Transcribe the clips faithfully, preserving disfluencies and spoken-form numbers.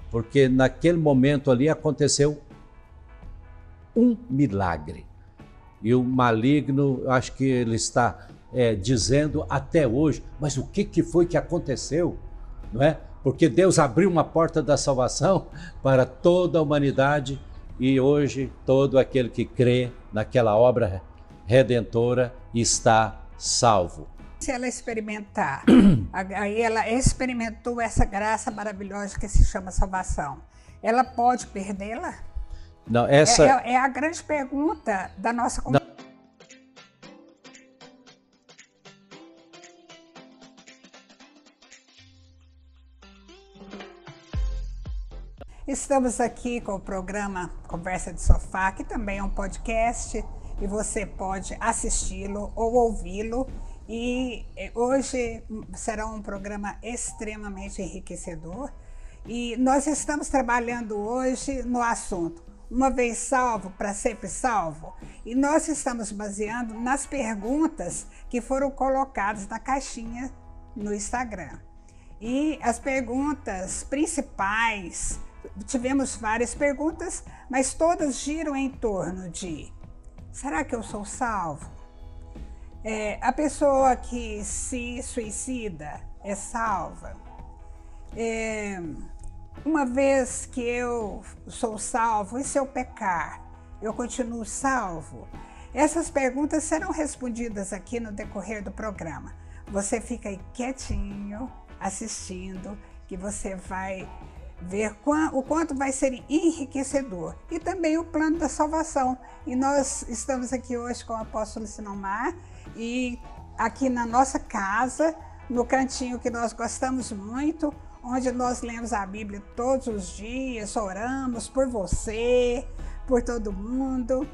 porque naquele momento ali aconteceu um milagre. E o maligno, acho que ele está é, dizendo até hoje, mas o que, que foi que aconteceu? Não é? Porque Deus abriu uma porta da salvação para toda a humanidade e hoje todo aquele que crê naquela obra redentora está salvo. Se ela experimentar, aí ela experimentou essa graça maravilhosa que se chama salvação, ela pode perdê-la? Não, essa... é, é, é a grande pergunta da nossa comunidade. Estamos aqui com o programa Conversa de Sofá, que também é um podcast, e você pode assisti-lo ou ouvi-lo. E hoje será um programa extremamente enriquecedor. E nós estamos trabalhando hoje no assunto uma vez salvo, para sempre salvo. E nós estamos baseando nas perguntas que foram colocadas na caixinha no Instagram. E as perguntas principais, tivemos várias perguntas, mas todas giram em torno de: será que eu sou salvo? É, a pessoa que se suicida é salva? É, uma vez que eu sou salvo, e se eu pecar, eu continuo salvo? Essas perguntas serão respondidas aqui no decorrer do programa. Você fica aí quietinho, assistindo, que você vai ver o quanto vai ser enriquecedor. E também o plano da salvação. E nós estamos aqui hoje com o apóstolo Sinomar, e aqui na nossa casa, no cantinho que nós gostamos muito, onde nós lemos a Bíblia todos os dias, oramos por você, por todo mundo.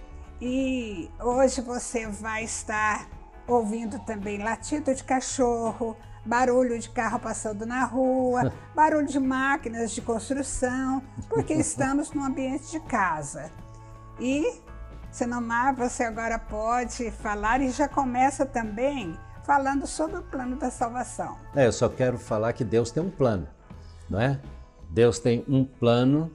E hoje você vai estar ouvindo também latido de cachorro, barulho de carro passando na rua, barulho de máquinas de construção, porque estamos no ambiente de casa. E, Sinomar, você agora pode falar e já começa também falando sobre o plano da salvação. É, eu só quero falar que Deus tem um plano, não é? Deus tem um plano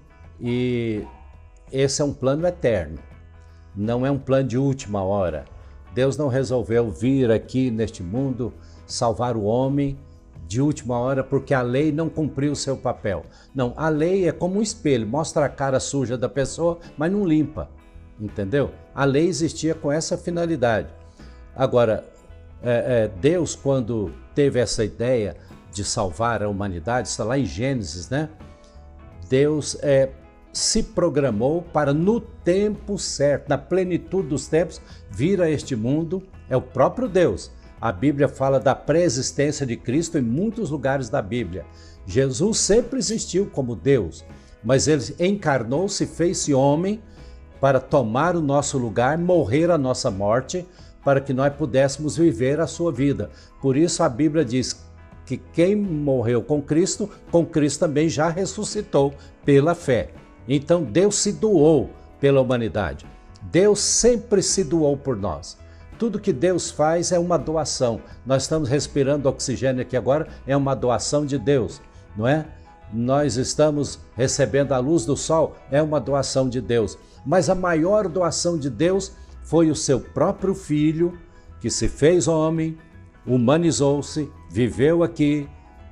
e esse é um plano eterno, não é um plano de última hora. Deus não resolveu vir aqui neste mundo salvar o homem de última hora porque a lei não cumpriu o seu papel. Não, a lei é como um espelho, mostra a cara suja da pessoa, mas não limpa, entendeu? A lei existia com essa finalidade. Agora, é, é, Deus, quando teve essa ideia de salvar a humanidade, está lá em Gênesis, né? Deus é, se programou para, no tempo certo, na plenitude dos tempos, vir a este mundo. É o próprio Deus. A Bíblia fala da pré-existência de Cristo em muitos lugares da Bíblia. Jesus sempre existiu como Deus, mas ele encarnou-se, fez-se homem para tomar o nosso lugar, morrer a nossa morte, para que nós pudéssemos viver a sua vida. Por isso a Bíblia diz que quem morreu com Cristo, com Cristo também já ressuscitou pela fé. Então Deus se doou pela humanidade. Deus sempre se doou por nós. Tudo que Deus faz é uma doação. Nós estamos respirando oxigênio aqui agora, é uma doação de Deus, não é? Nós estamos recebendo a luz do sol, é uma doação de Deus. Mas a maior doação de Deus foi o seu próprio Filho, que se fez homem, humanizou-se, viveu aqui,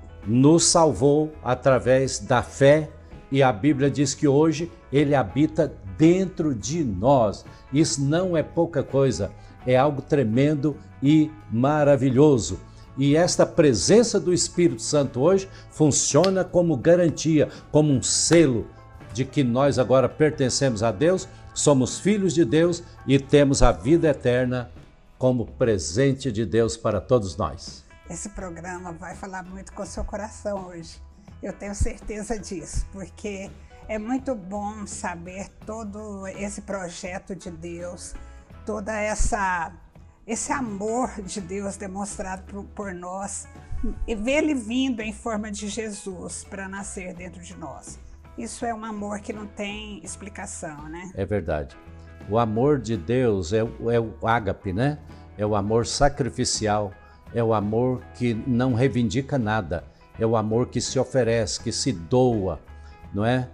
nos salvou através da fé, e a Bíblia diz que hoje ele habita dentro de nós. Isso não é pouca coisa. É algo tremendo e maravilhoso. E esta presença do Espírito Santo hoje funciona como garantia, como um selo de que nós agora pertencemos a Deus, somos filhos de Deus e temos a vida eterna como presente de Deus para todos nós. Esse programa vai falar muito com o seu coração hoje. Eu tenho certeza disso, porque é muito bom saber todo esse projeto de Deus, toda essa esse amor de Deus demonstrado por, por nós, e ver ele vindo em forma de Jesus para nascer dentro de nós. Isso é um amor que não tem explicação, né? É verdade. O amor de Deus é, é o ágape, né? É o amor sacrificial, é o amor que não reivindica nada, é o amor que se oferece, que se doa. não é?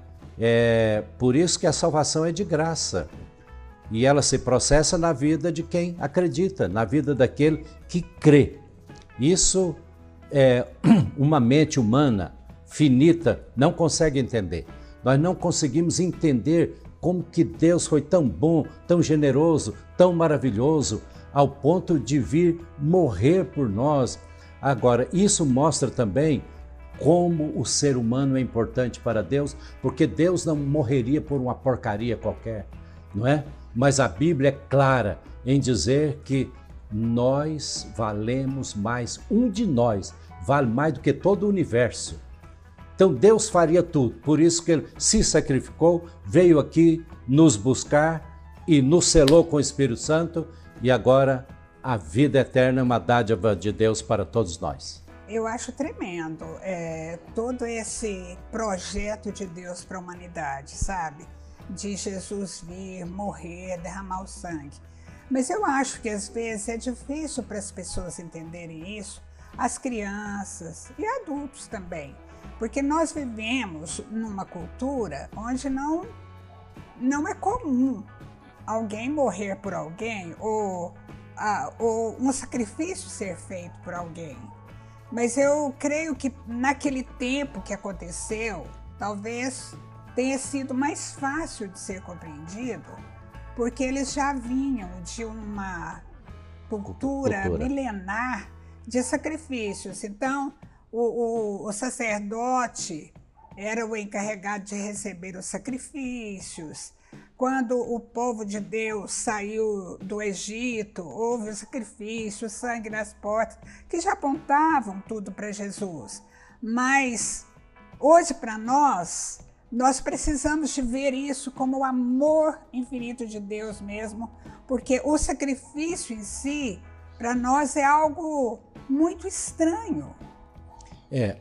É por isso que a salvação é de graça. E ela se processa na vida de quem acredita, na vida daquele que crê. Isso é uma mente humana finita não consegue entender. Nós não conseguimos entender como que Deus foi tão bom, tão generoso, tão maravilhoso, ao ponto de vir morrer por nós. Agora, isso mostra também como o ser humano é importante para Deus, porque Deus não morreria por uma porcaria qualquer, não é? Mas a Bíblia é clara em dizer que nós valemos mais, um de nós vale mais do que todo o universo. Então Deus faria tudo, por isso que Ele se sacrificou, veio aqui nos buscar e nos selou com o Espírito Santo, e agora a vida eterna é uma dádiva de Deus para todos nós. Eu acho tremendo é, todo esse projeto de Deus para a humanidade, sabe? De Jesus vir, morrer, derramar o sangue. Mas eu acho que às vezes é difícil para as pessoas entenderem isso, as crianças e adultos também. Porque nós vivemos numa cultura onde não, não é comum alguém morrer por alguém ou, ah, ou um sacrifício ser feito por alguém. Mas eu creio que naquele tempo que aconteceu, talvez tenha sido mais fácil de ser compreendido, porque eles já vinham de uma cultura, cultura. milenar de sacrifícios. Então, o, o, o sacerdote era o encarregado de receber os sacrifícios. Quando o povo de Deus saiu do Egito, houve o sacrifício, o sangue nas portas, que já apontavam tudo para Jesus. Mas hoje, para nós, nós precisamos de ver isso como o amor infinito de Deus mesmo, porque o sacrifício em si, para nós, é algo muito estranho. É,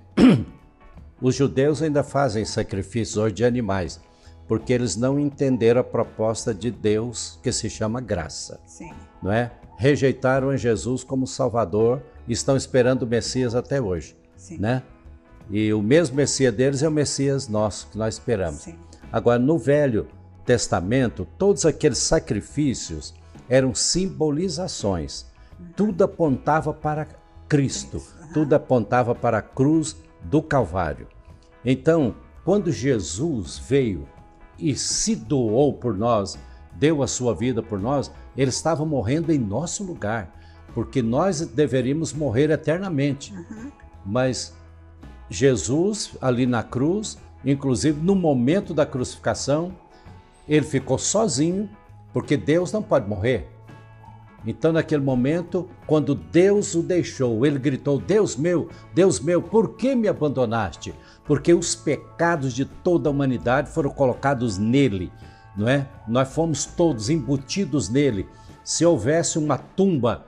os judeus ainda fazem sacrifícios hoje de animais, porque eles não entenderam a proposta de Deus, que se chama graça. Sim. Não é? Rejeitaram a Jesus como Salvador e estão esperando o Messias até hoje. Sim. Né? E o mesmo Messias deles é o Messias nosso, que nós esperamos. Sim. Agora, no Velho Testamento, todos aqueles sacrifícios eram simbolizações. Tudo apontava para Cristo, uhum. Tudo apontava para a cruz do Calvário. Então, quando Jesus veio e se doou por nós, deu a sua vida por nós, ele estava morrendo em nosso lugar, porque nós deveríamos morrer eternamente. Uhum. Mas Jesus, ali na cruz, inclusive no momento da crucificação, ele ficou sozinho, porque Deus não pode morrer. Então, naquele momento, quando Deus o deixou, ele gritou: Deus meu, Deus meu, por que me abandonaste? Porque os pecados de toda a humanidade foram colocados nele, não é? Nós fomos todos embutidos nele. Se houvesse uma tumba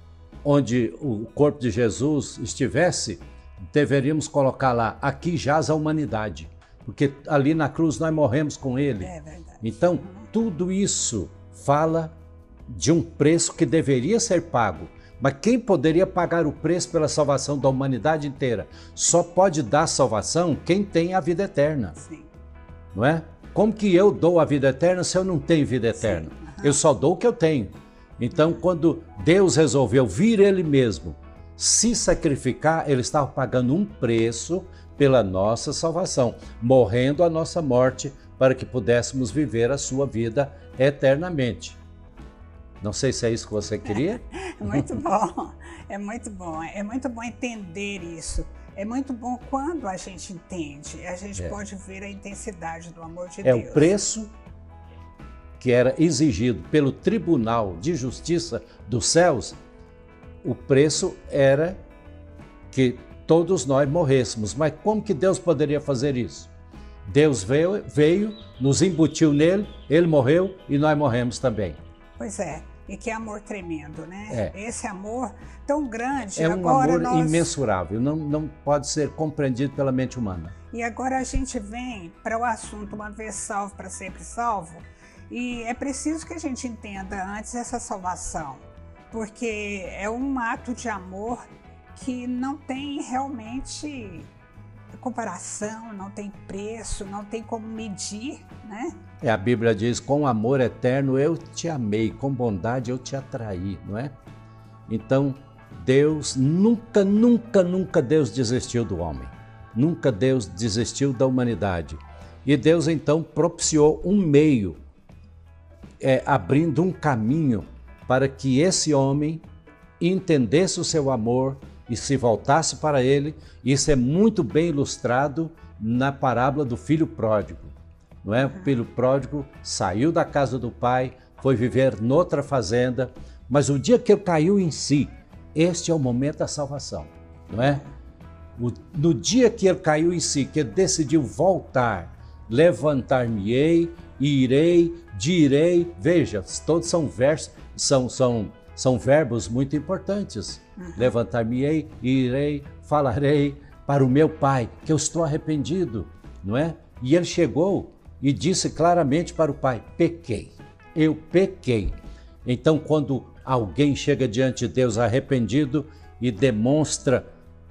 onde o corpo de Jesus estivesse, deveríamos colocar lá: aqui jaz a humanidade, porque ali na cruz nós morremos com ele. É verdade. Então, tudo isso fala de um preço que deveria ser pago. Mas quem poderia pagar o preço pela salvação da humanidade inteira? Só pode dar salvação quem tem a vida eterna. Sim. Não é? Como que eu dou a vida eterna se eu não tenho vida eterna? Uhum. Eu só dou o que eu tenho. Então, quando Deus resolveu vir Ele mesmo se sacrificar, Ele estava pagando um preço pela nossa salvação, morrendo a nossa morte para que pudéssemos viver a sua vida eternamente. Não sei se é isso que você queria. É muito bom, é muito bom, é muito bom entender isso. É muito bom quando a gente entende, a gente é. pode ver a intensidade do amor de é Deus. É o preço que era exigido pelo Tribunal de Justiça dos céus, o preço era que todos nós morrêssemos. Mas como que Deus poderia fazer isso? Deus veio, veio, nos embutiu nele, ele morreu e nós morremos também. Pois é. E que amor tremendo, né? É. Esse amor tão grande. É um agora amor nós... imensurável, não, não pode ser compreendido pela mente humana. E agora a gente vem para o assunto uma vez salvo, para sempre salvo. E é preciso que a gente entenda antes essa salvação, porque é um ato de amor que não tem realmente comparação, não tem preço, não tem como medir, né? É, a Bíblia diz, com amor eterno eu te amei, com bondade eu te atraí, não é? Então, Deus, nunca, nunca, nunca Deus desistiu do homem. Nunca Deus desistiu da humanidade. E Deus então propiciou um meio, é, abrindo um caminho para que esse homem entendesse o seu amor e se voltasse para ele. Isso é muito bem ilustrado na parábola do filho pródigo, não é? O filho pródigo saiu da casa do pai, foi viver noutra fazenda, mas o dia que ele caiu em si, este é o momento da salvação, não é? O, no dia que ele caiu em si, que ele decidiu voltar, levantar-me-ei, irei, direi, veja, todos são versos, são, são, são verbos muito importantes. Uhum. Levantar-me-ei, irei, falarei para o meu pai, que eu estou arrependido, não é? E ele chegou e disse claramente para o pai, pequei, eu pequei. Então, quando alguém chega diante de Deus arrependido e demonstra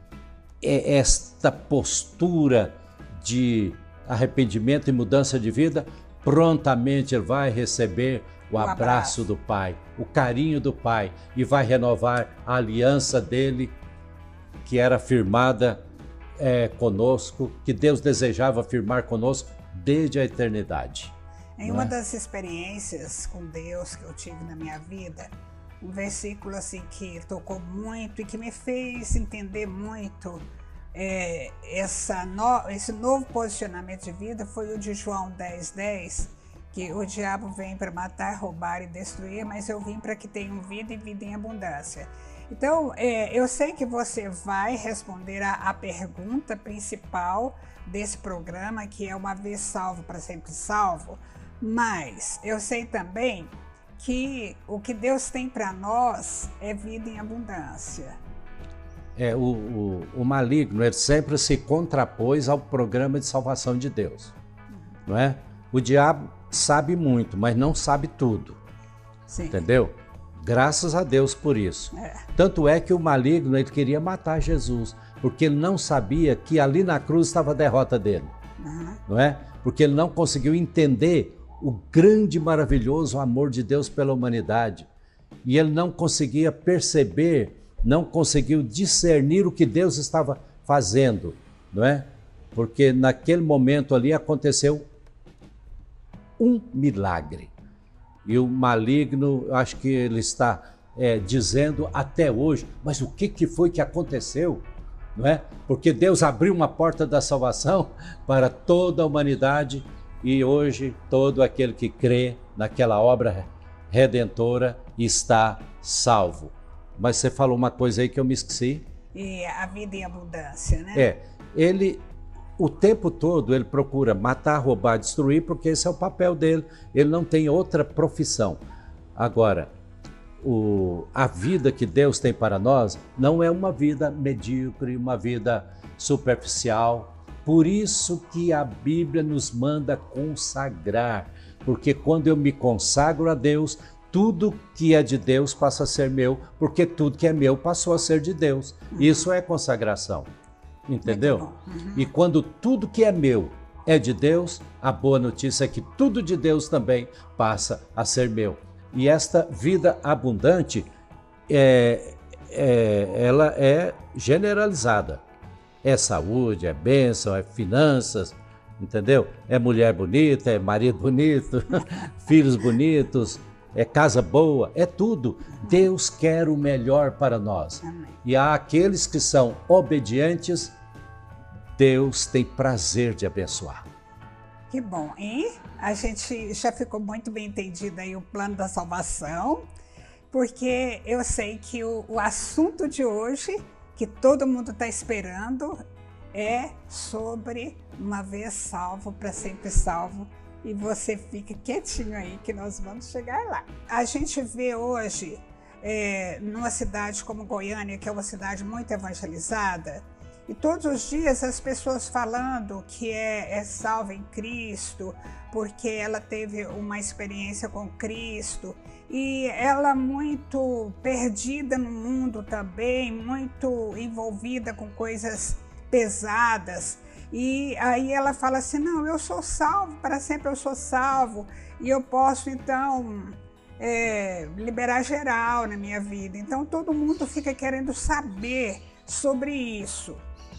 esta postura de arrependimento e mudança de vida, prontamente ele vai receber o, o abraço, abraço do Pai, o carinho do Pai, e vai renovar a aliança dele, que era firmada é, conosco, que Deus desejava firmar conosco desde a eternidade. Em uma é? das experiências com Deus que eu tive na minha vida, um versículo assim que tocou muito e que me fez entender muito é, essa no, esse novo posicionamento de vida foi o de João dez, dez, que o diabo vem para matar, roubar e destruir, mas eu vim para que tenham vida e vida em abundância. Então, é, eu sei que você vai responder a, a pergunta principal desse programa, que é uma vez salvo para sempre salvo, mas eu sei também que o que Deus tem para nós é vida em abundância. É, o, o, o maligno, ele sempre se contrapôs ao programa de salvação de Deus, uhum. não é? O diabo sabe muito, mas não sabe tudo, Sim. entendeu? Graças a Deus por isso. É. Tanto é que o maligno, ele queria matar Jesus, porque ele não sabia que ali na cruz estava a derrota dele, uhum. não é? Porque ele não conseguiu entender o grande e maravilhoso amor de Deus pela humanidade. E ele não conseguia perceber, não conseguiu discernir o que Deus estava fazendo, não é? Porque naquele momento ali aconteceu um milagre. E o maligno, acho que ele está é, dizendo até hoje, mas o que, que foi que aconteceu? Não é? Porque Deus abriu uma porta da salvação para toda a humanidade, e hoje todo aquele que crê naquela obra redentora está salvo. Mas você falou uma coisa aí que eu me esqueci. E a vida em abundância, né? É, ele o tempo todo ele procura matar, roubar, destruir, porque esse é o papel dele, ele não tem outra profissão. Agora, o, a vida que Deus tem para nós não é uma vida medíocre, uma vida superficial. Por isso que a Bíblia nos manda consagrar, porque quando eu me consagro a Deus, tudo que é de Deus passa a ser meu, porque tudo que é meu passou a ser de Deus. Uhum. Isso é consagração, entendeu? Uhum. E quando tudo que é meu é de Deus, a boa notícia é que tudo de Deus também passa a ser meu. E esta vida abundante, é, é, ela é generalizada. É saúde, é bênção, é finanças, entendeu? É mulher bonita, é marido bonito, filhos bonitos, é casa boa, é tudo. Deus quer o melhor para nós. E há aqueles que são obedientes, Deus tem prazer de abençoar. Que bom. E a gente já ficou muito bem entendido aí o plano da salvação, porque eu sei que o, o assunto de hoje, que todo mundo está esperando, é sobre uma vez salvo para sempre salvo, e você fica quietinho aí que nós vamos chegar lá. A gente vê hoje, é, numa cidade como Goiânia, que é uma cidade muito evangelizada, e todos os dias as pessoas falando que é, é salva em Cristo, porque ela teve uma experiência com Cristo, e ela muito perdida no mundo também, muito envolvida com coisas pesadas. E aí ela fala assim, não, eu sou salvo, para sempre eu sou salvo, e eu posso então é, liberar geral na minha vida. Então todo mundo fica querendo saber sobre isso.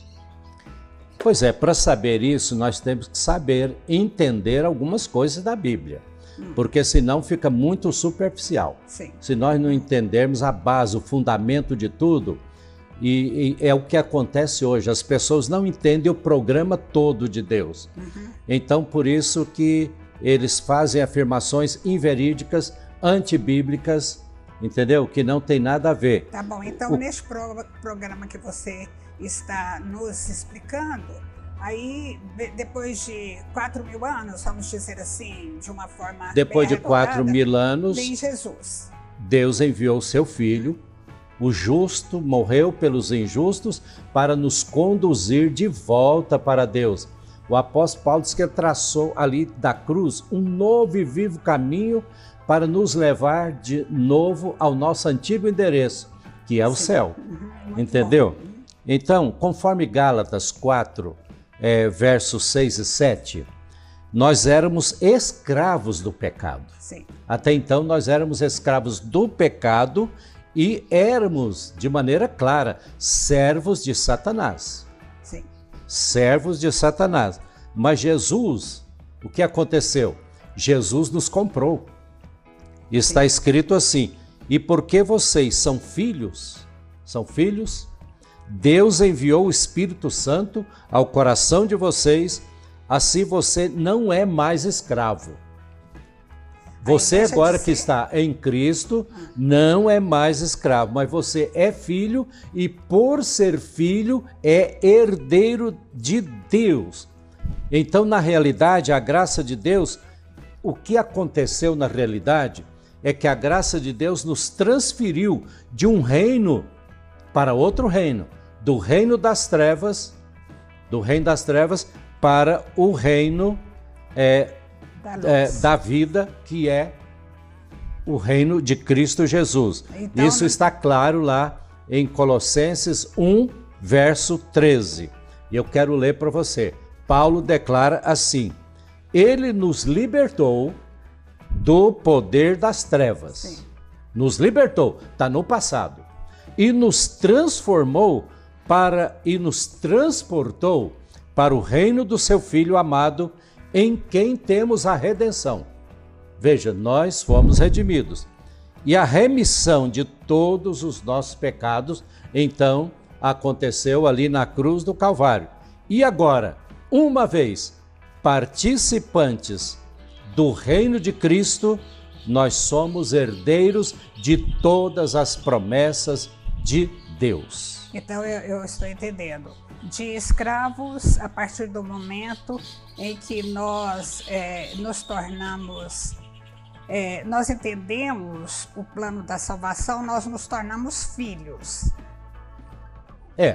Pois é, para saber isso nós temos que saber entender algumas coisas da Bíblia, hum. porque senão fica muito superficial. Sim. Se nós não entendermos a base, o fundamento de tudo, E, e é o que acontece hoje, as pessoas não entendem o programa todo de Deus. Uhum. Então, por isso que eles fazem afirmações inverídicas, antibíblicas, entendeu? Que não tem nada a ver. Tá bom, então o... neste pro, programa que você está nos explicando, aí depois de quatro mil anos, vamos dizer assim, de uma forma Depois de quatro mil anos, vem Jesus. Deus enviou o seu Filho, o justo morreu pelos injustos para nos conduzir de volta para Deus. O apóstolo Paulo diz que ele traçou ali da cruz um novo e vivo caminho para nos levar de novo ao nosso antigo endereço, que é o Sim. céu. Uhum, entendeu? Bom. Então, conforme Gálatas quatro, é, versos seis e sete, nós éramos escravos do pecado. Sim. Até então nós éramos escravos do pecado e éramos, de maneira clara, servos de Satanás. Sim. Servos de Satanás. Mas Jesus, o que aconteceu? Jesus nos comprou. Está Sim. escrito assim, e porque vocês são filhos, são filhos, Deus enviou o Espírito Santo ao coração de vocês, assim você não é mais escravo. Você agora que está em Cristo não é mais escravo, mas você é filho e por ser filho é herdeiro de Deus. Então, na realidade, a graça de Deus, o que aconteceu na realidade é que a graça de Deus nos transferiu de um reino para outro reino, do reino das trevas, do reino das trevas para o reino é, Da, é, da vida, que é o reino de Cristo Jesus. Então, Isso está claro lá em Colossenses um, verso treze. E eu quero ler para você. Paulo declara assim, ele nos libertou do poder das trevas. Sim. Nos libertou, está no passado. E nos transformou para, e nos transportou para o reino do seu Filho amado, em quem temos a redenção. Veja, nós fomos redimidos. E a remissão de todos os nossos pecados, então, aconteceu ali na cruz do Calvário. E agora, uma vez participantes do reino de Cristo, nós somos herdeiros de todas as promessas de Deus. Então, eu, eu estou entendendo. De escravos, a partir do momento em que nós é, nos tornamos, é, nós entendemos o plano da salvação, nós nos tornamos filhos. É,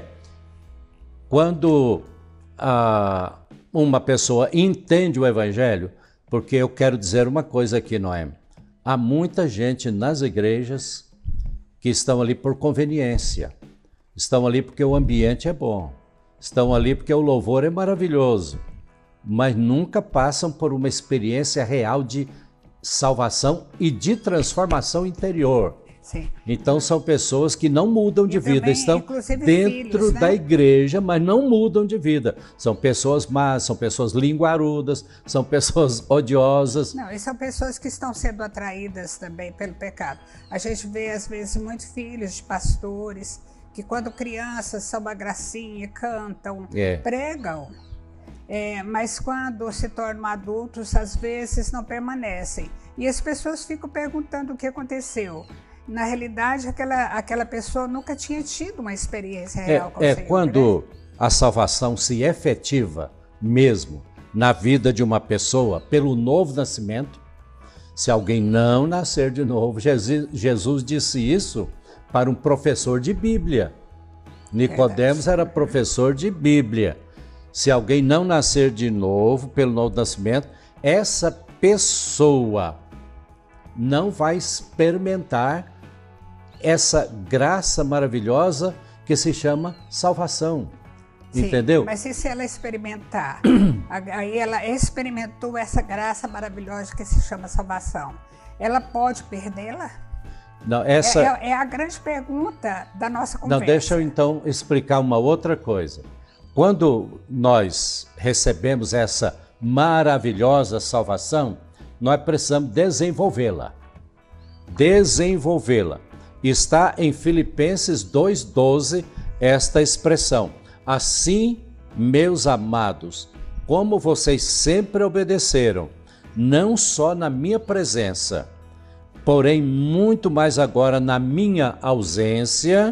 quando a, uma pessoa entende o Evangelho, porque eu quero dizer uma coisa aqui, Noemi, há muita gente nas igrejas que estão ali por conveniência, estão ali porque o ambiente é bom, estão ali porque o louvor é maravilhoso, mas nunca passam por uma experiência real de salvação e de transformação interior. Sim. Então são pessoas que não mudam de e vida, também, estão dentro filhos, né? da igreja, mas não mudam de vida. São pessoas más, são pessoas linguarudas, são pessoas odiosas. Não, e são pessoas que estão sendo atraídas também pelo pecado. A gente vê às vezes muitos filhos de pastores que quando crianças são uma gracinha, cantam, é. pregam, é, mas quando se tornam adultos, às vezes não permanecem. E as pessoas ficam perguntando o que aconteceu. Na realidade, aquela, aquela pessoa nunca tinha tido uma experiência real é, com o é Senhor. É quando né? a salvação se efetiva mesmo na vida de uma pessoa pelo novo nascimento. Se alguém não nascer de novo, Jesus, Jesus disse isso para um professor de Bíblia. Nicodemos Verdade. era professor de Bíblia. Se alguém não nascer de novo pelo novo nascimento, essa pessoa não vai experimentar essa graça maravilhosa que se chama salvação. Sim, entendeu? Mas e se ela experimentar? Aí ela experimentou essa graça maravilhosa que se chama salvação. Ela pode perdê-la? Não, essa... é, é, é a grande pergunta da nossa conversa. Não, deixa eu então explicar uma outra coisa. Quando nós recebemos essa maravilhosa salvação, nós precisamos desenvolvê-la. Desenvolvê-la. Está em Filipenses dois, doze esta expressão. Assim, meus amados, como vocês sempre obedeceram, não só na minha presença, porém muito mais agora na minha ausência,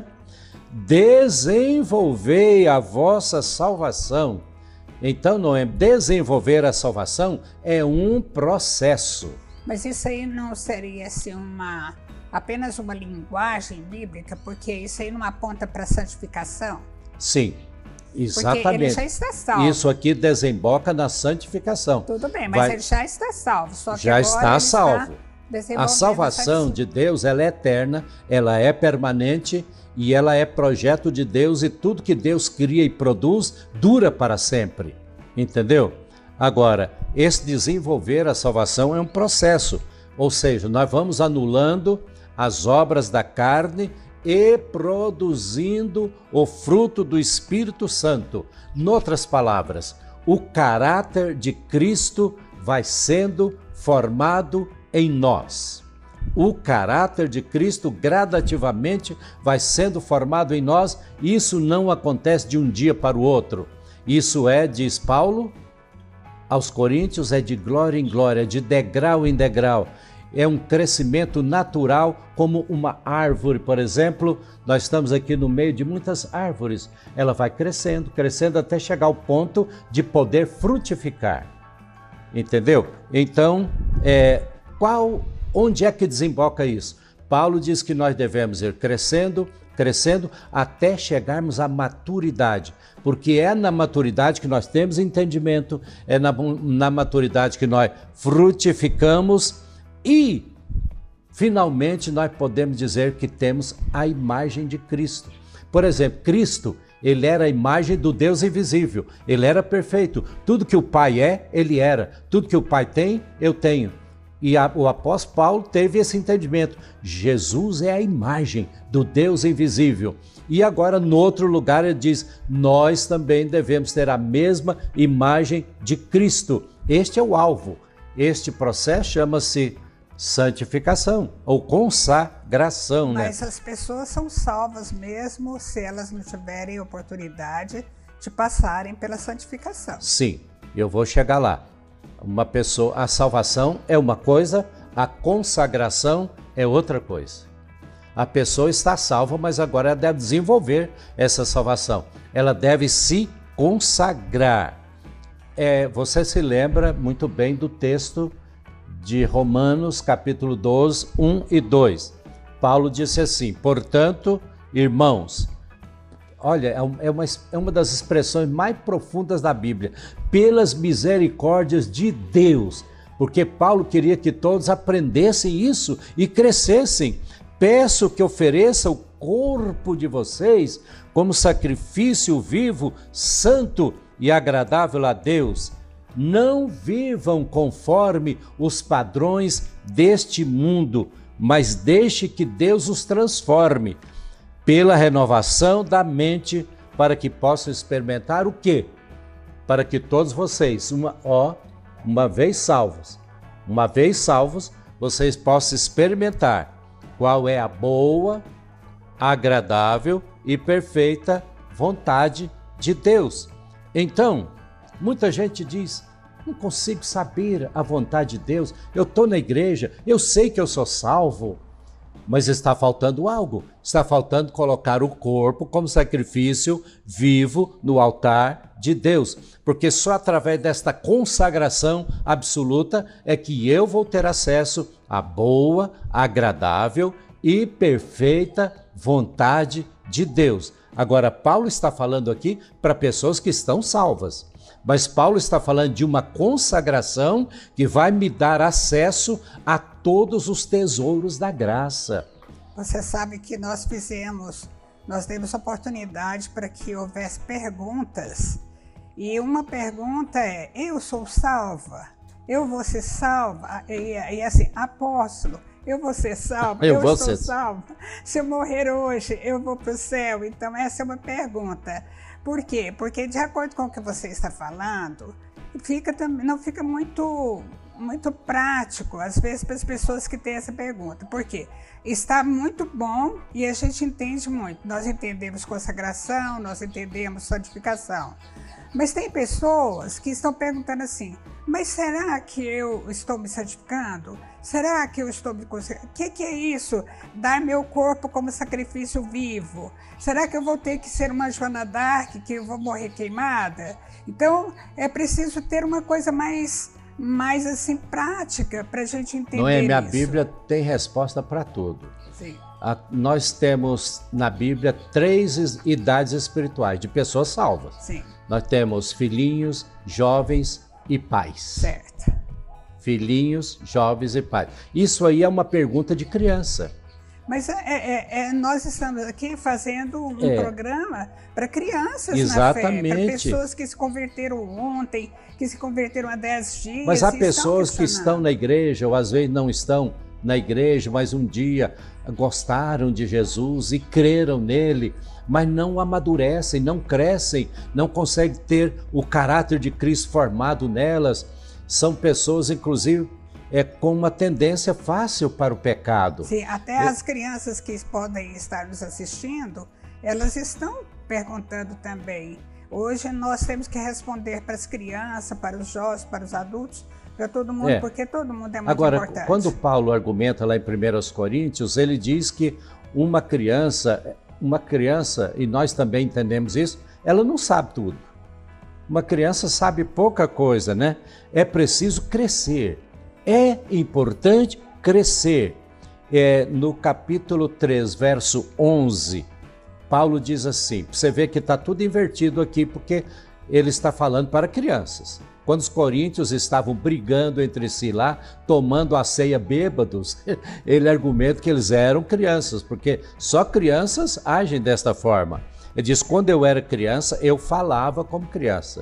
desenvolvei a vossa salvação. Então, não é desenvolver a salvação, é um processo. Mas isso aí não seria assim uma, apenas uma linguagem bíblica, porque isso aí não aponta para a santificação? Sim, exatamente. Porque ele já está salvo. Isso aqui desemboca na santificação. Tudo bem, mas Vai... ele já está salvo. Só que já agora está ele salvo. Está a salvação de Deus, ela é eterna, ela é permanente e ela é projeto de Deus, e tudo que Deus cria e produz dura para sempre, entendeu? Agora, esse desenvolver a salvação é um processo, ou seja, nós vamos anulando as obras da carne e produzindo o fruto do Espírito Santo. Noutras palavras, o caráter de Cristo vai sendo formado em nós. O caráter de Cristo gradativamente vai sendo formado em nós. Isso não acontece de um dia para o outro. Isso é, diz Paulo aos Coríntios, é de glória em glória, de degrau em degrau. É um crescimento natural, como uma árvore, por exemplo. Nós estamos aqui no meio de muitas árvores. Ela vai crescendo, crescendo até chegar ao ponto de poder frutificar. Entendeu? Então, é, qual, onde é que desemboca isso? Paulo diz que nós devemos ir crescendo, crescendo, até chegarmos à maturidade. Porque é na maturidade que nós temos entendimento, é na, na maturidade que nós frutificamos e, finalmente, nós podemos dizer que temos a imagem de Cristo. Por exemplo, Cristo, ele era a imagem do Deus invisível, ele era perfeito. Tudo que o Pai é, ele era. Tudo que o Pai tem, eu tenho. E a, o apóstolo Paulo teve esse entendimento. Jesus é a imagem do Deus invisível. E agora, no outro lugar, ele diz, nós também devemos ter a mesma imagem de Cristo. Este é o alvo. Este processo chama-se santificação ou consagração. Mas né? As pessoas são salvas mesmo se elas não tiverem oportunidade de passarem pela santificação. Sim, eu vou chegar lá. Uma pessoa, a salvação é uma coisa, a consagração é outra coisa. A pessoa está salva, mas agora ela deve desenvolver essa salvação. Ela deve se consagrar. É, você se lembra muito bem do texto de Romanos, capítulo doze, um e dois. Paulo disse assim, portanto, irmãos, olha, é uma, é uma das expressões mais profundas da Bíblia, pelas misericórdias de Deus, porque Paulo queria que todos aprendessem isso e crescessem. Peço que ofereça o corpo de vocês como sacrifício vivo, santo e agradável a Deus. Não vivam conforme os padrões deste mundo, mas deixe que Deus os transforme pela renovação da mente, para que possam experimentar o quê? Para que todos vocês, uma, ó, uma vez salvos, uma vez salvos, vocês possam experimentar qual é a boa, agradável e perfeita vontade de Deus. Então, muita gente diz, não consigo saber a vontade de Deus, eu estou na igreja, eu sei que eu sou salvo, mas está faltando algo, está faltando colocar o corpo como sacrifício vivo no altar de Deus, porque só através desta consagração absoluta é que eu vou ter acesso à boa, agradável e perfeita vontade de Deus. Agora, Paulo está falando aqui para pessoas que estão salvas, mas Paulo está falando de uma consagração que vai me dar acesso a todos os tesouros da graça. Você sabe que nós fizemos nós demos oportunidade para que houvesse perguntas. E uma pergunta é: eu sou salva? Eu vou ser salva? E, e assim, apóstolo, eu vou ser salva? Eu, eu vou estou ser... salva? Se eu morrer hoje, eu vou para o céu? Então, essa é uma pergunta. Por quê? Porque, de acordo com o que você está falando, fica, não fica muito, muito prático, às vezes, para as pessoas que têm essa pergunta. Por quê? Está muito bom e a gente entende muito. Nós entendemos consagração, nós entendemos santificação. Mas tem pessoas que estão perguntando assim: mas será que eu estou me santificando? Será que eu estou me consagrando? O que, que é isso? Dar meu corpo como sacrifício vivo? Será que eu vou ter que ser uma Joana d'Arc, que eu vou morrer queimada? Então, é preciso ter uma coisa mais, mais assim, prática para a gente entender isso. Não é? Minha Bíblia tem resposta para tudo. Sim. A, nós temos na Bíblia três idades espirituais de pessoas salvas. Sim. Nós temos filhinhos, jovens e pais. Certo. Filhinhos, jovens e pais. Isso aí é uma pergunta de criança. Mas é, é, é, nós estamos aqui fazendo um é. programa para crianças. Exatamente. Na fé, para pessoas que se converteram ontem, que se converteram há dez dias. Mas há pessoas que estão na igreja, ou às vezes não estão na igreja, mas um dia gostaram de Jesus e creram nele, mas não amadurecem, não crescem, não conseguem ter o caráter de Cristo formado nelas. São pessoas, inclusive, é, com uma tendência fácil para o pecado. Sim, até as crianças que podem estar nos assistindo, elas estão perguntando também. Hoje nós temos que responder para as crianças, para os jovens, para os adultos, para todo mundo, é. porque todo mundo é muito Agora, importante. Agora, quando Paulo argumenta lá em primeira Coríntios, ele diz que uma criança, uma criança, e nós também entendemos isso, ela não sabe tudo. Uma criança sabe pouca coisa, né? É preciso crescer. É importante crescer. É, no capítulo três, verso onze, Paulo diz assim, você vê que está tudo invertido aqui, porque ele está falando para crianças. Quando os coríntios estavam brigando entre si lá, tomando a ceia bêbados, ele argumenta que eles eram crianças, porque só crianças agem desta forma. Ele diz, quando eu era criança, eu falava como criança.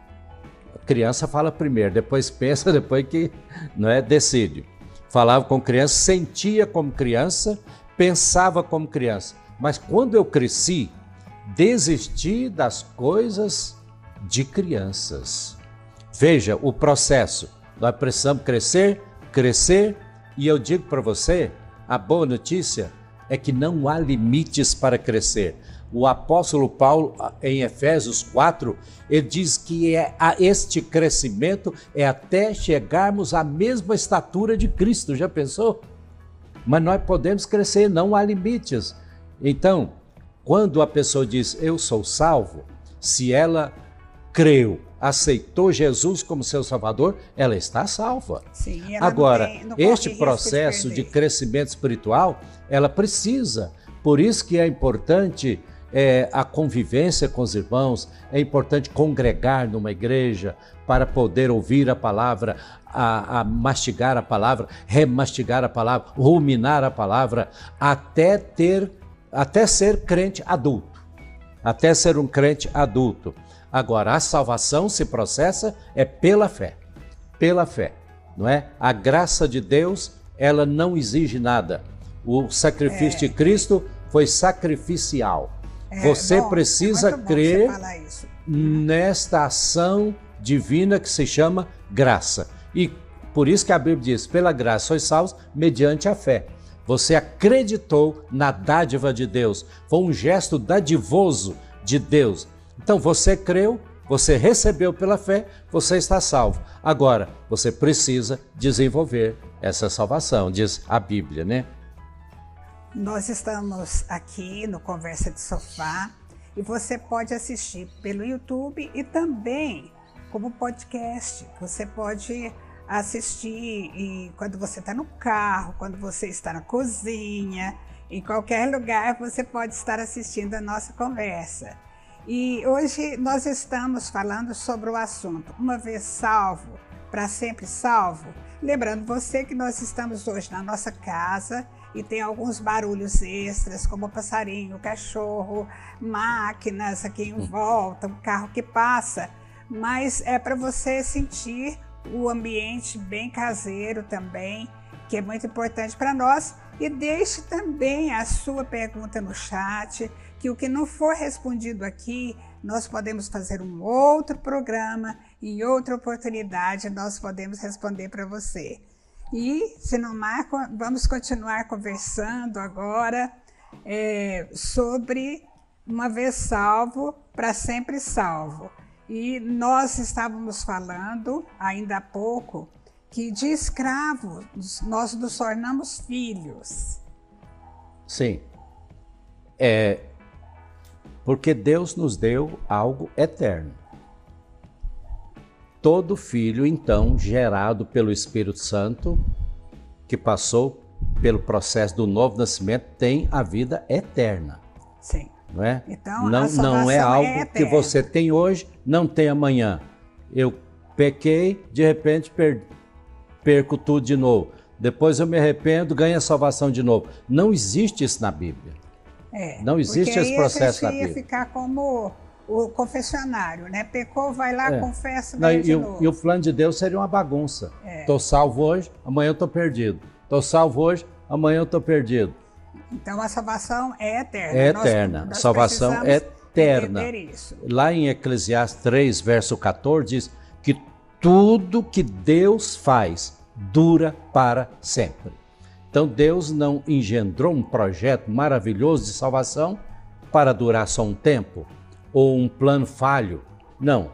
A criança fala primeiro, depois pensa, depois que não é, decide. Falava como criança, sentia como criança, pensava como criança. Mas quando eu cresci, desisti das coisas de crianças. Veja o processo. Nós precisamos crescer, crescer, e eu digo para você, a boa notícia é que não há limites para crescer. O apóstolo Paulo, em Efésios quatro, ele diz que é a este crescimento é até chegarmos à mesma estatura de Cristo. Já pensou? Mas nós podemos crescer, não há limites. Então, quando a pessoa diz, eu sou salvo, se ela creu, aceitou Jesus como seu Salvador, ela está salva. Sim, ela Agora, não tem, não este processo de, de crescimento espiritual, ela precisa. Por isso que é importante é, a convivência com os irmãos, é importante congregar numa igreja para poder ouvir a palavra, a, a mastigar a palavra, remastigar a palavra, ruminar a palavra, até ter, até ser crente adulto, até ser um crente adulto. Agora, a salvação se processa é pela fé, pela fé, não é? A graça de Deus, ela não exige nada. O sacrifício é, de Cristo foi sacrificial. É, você bom, precisa é crer nesta ação divina que se chama graça. E por isso que a Bíblia diz, pela graça sois salvos mediante a fé. Você acreditou na dádiva de Deus. Foi um gesto dadivoso de Deus. Então você creu, você recebeu pela fé, você está salvo. Agora, você precisa desenvolver essa salvação, diz a Bíblia, né? Nós estamos aqui no Conversa de Sofá e você pode assistir pelo YouTube e também como podcast. Você pode assistir e quando você está no carro, quando você está na cozinha, em qualquer lugar você pode estar assistindo a nossa conversa. E hoje nós estamos falando sobre o assunto, uma vez salvo, para sempre salvo. Lembrando você que nós estamos hoje na nossa casa e tem alguns barulhos extras, como passarinho, cachorro, máquinas aqui em volta, um carro que passa, mas é para você sentir o ambiente bem caseiro também, que é muito importante para nós. E deixe também a sua pergunta no chat, que o que não for respondido aqui, nós podemos fazer um outro programa, em outra oportunidade nós podemos responder para você. E, se não marco, vamos continuar conversando agora é, sobre uma vez salvo, para sempre salvo. E nós estávamos falando, ainda há pouco, que de escravos nós nos tornamos filhos. Sim. É porque Deus nos deu algo eterno. Todo filho, então, gerado pelo Espírito Santo, que passou pelo processo do novo nascimento, tem a vida eterna. Sim. Não é? Então, não, a salvação não é algo é que você tem hoje, não tem amanhã. Eu pequei, de repente perdi. Perco tudo de novo. Depois eu me arrependo, ganho a salvação de novo. Não existe isso na Bíblia. É, não existe esse processo na Bíblia. Ia ficar como o confessionário, né? Pecou, vai lá, é. confessa, não, vai e, de o, novo. E o plano de Deus seria uma bagunça. Estou é. salvo hoje, amanhã eu estou perdido. Estou salvo hoje, amanhã eu estou perdido. Então a salvação é eterna. É eterna. Nós, nós salvação é eterna. Isso. Lá em Eclesiastes três, verso quatorze, diz que tudo que Deus faz dura para sempre. Então Deus não engendrou um projeto maravilhoso de salvação para durar só um tempo ou um plano falho. Não.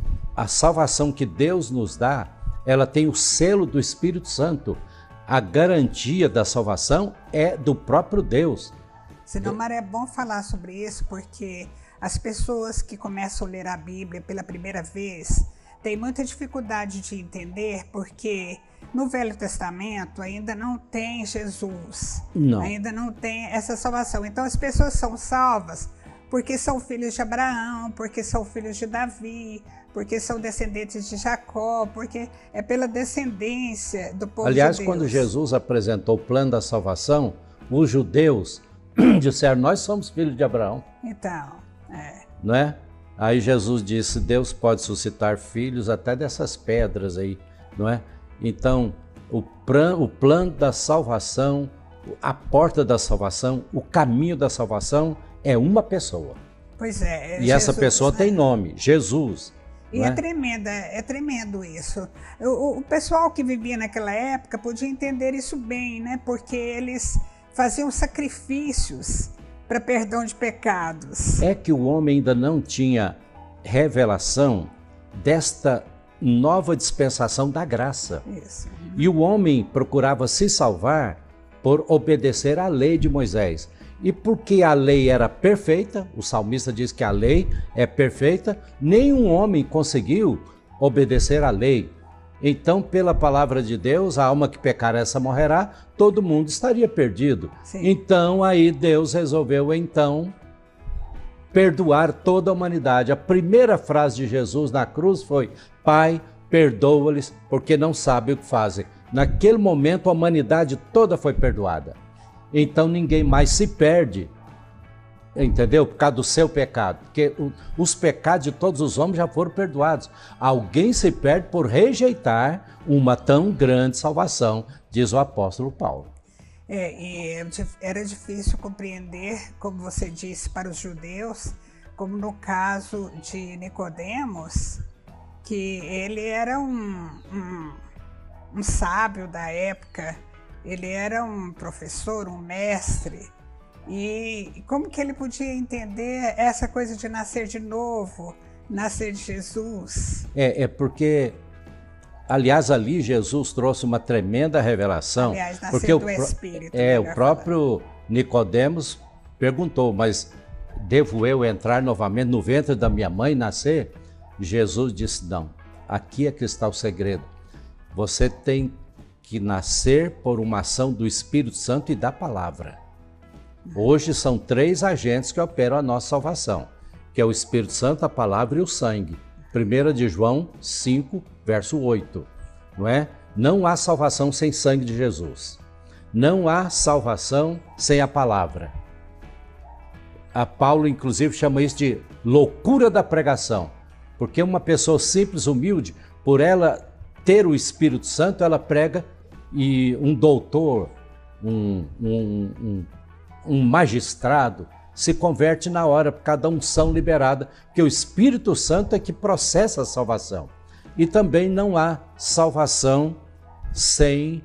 A salvação que Deus nos dá, ela tem o selo do Espírito Santo. A garantia da salvação é do próprio Deus. Sinomar, é bom falar sobre isso porque as pessoas que começam a ler a Bíblia pela primeira vez têm muita dificuldade de entender porque no Velho Testamento ainda não tem Jesus, não. ainda não tem essa salvação. Então as pessoas são salvas porque são filhos de Abraão, porque são filhos de Davi, porque são descendentes de Jacó, porque é pela descendência do povo Aliás, de Deus. quando Jesus apresentou o plano da salvação, os judeus disseram, nós somos filhos de Abraão. Então, é. Não é? Aí Jesus disse, Deus pode suscitar filhos até dessas pedras aí, não é? Então, o, plan, o plano da salvação, a porta da salvação, o caminho da salvação é uma pessoa. Pois é. é e Jesus, essa pessoa né? tem nome, Jesus. E é? é tremenda, é tremendo isso. O, o pessoal que vivia naquela época podia entender isso bem, né? Porque eles faziam sacrifícios para perdão de pecados. É que o homem ainda não tinha revelação desta nova dispensação da graça. Isso. Uhum. E o homem procurava se salvar por obedecer à lei de Moisés. E porque a lei era perfeita, o salmista diz que a lei é perfeita, nenhum homem conseguiu obedecer à lei. Então, pela palavra de Deus, a alma que pecar essa morrerá, todo mundo estaria perdido. Sim. Então, aí Deus resolveu, então, perdoar toda a humanidade. A primeira frase de Jesus na cruz foi, Pai, perdoa-lhes, porque não sabem o que fazem. Naquele momento, a humanidade toda foi perdoada. Então, ninguém mais se perde, entendeu? Por causa do seu pecado. Porque o, os pecados de todos os homens já foram perdoados. Alguém se perde por rejeitar uma tão grande salvação, diz o apóstolo Paulo. É, e era difícil compreender, como você disse, para os judeus, como no caso de Nicodemos, que ele era um, um, um sábio da época, ele era um professor, um mestre, e como que ele podia entender essa coisa de nascer de novo, nascer de Jesus? É, é porque, aliás, ali Jesus trouxe uma tremenda revelação. Aliás, nascer porque do o, Espírito. É, o próprio falar. Nicodemos perguntou, mas devo eu entrar novamente no ventre da minha mãe e nascer? Jesus disse, não, aqui é que está o segredo. Você tem que nascer por uma ação do Espírito Santo e da palavra. Hoje são três agentes que operam a nossa salvação, que é o Espírito Santo, a palavra e o sangue. primeira de João cinco, verso oito. Não é? Não há salvação sem sangue de Jesus. Não há salvação sem a palavra. A Paulo, inclusive, chama isso de loucura da pregação, porque uma pessoa simples, humilde, por ela ter o Espírito Santo, ela prega, e um doutor, um, um, um, um magistrado, se converte na hora, por causa da unção liberada, porque o Espírito Santo é que processa a salvação. E também não há salvação sem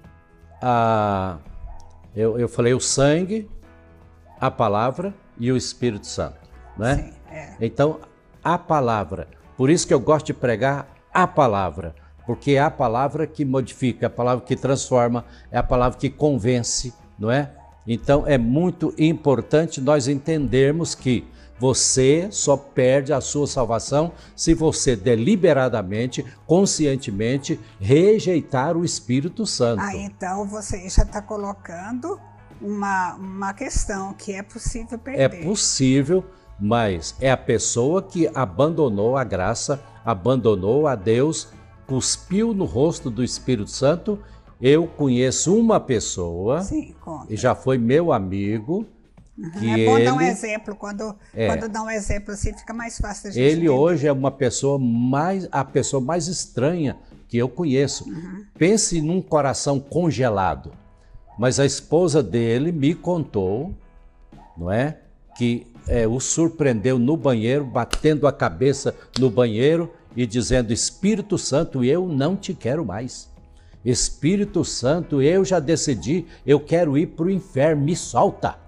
a... Eu, eu falei o sangue, a palavra e o Espírito Santo, né? Sim, é. Então, a palavra. Por isso que eu gosto de pregar a palavra, porque é a palavra que modifica, é a palavra que transforma, é a palavra que convence, não é? Então, é muito importante nós entendermos que você só perde a sua salvação se você deliberadamente, conscientemente, rejeitar o Espírito Santo. Ah, então você já está colocando uma, uma questão que é possível perder. É possível, mas é a pessoa que abandonou a graça, abandonou a Deus, cuspiu no rosto do Espírito Santo. Eu conheço uma pessoa, Sim, conta. e já foi meu amigo, Uhum. que é bom ele, dar um exemplo, quando, é, quando dá um exemplo assim fica mais fácil a gente ele entender. hoje é uma pessoa mais, a pessoa mais estranha que eu conheço. Uhum. Pense num coração congelado. Mas a esposa dele me contou, não é, que é, o surpreendeu no banheiro, batendo a cabeça no banheiro e dizendo: Espírito Santo, eu não te quero mais. Espírito Santo, eu já decidi, eu quero ir para o inferno, me solta.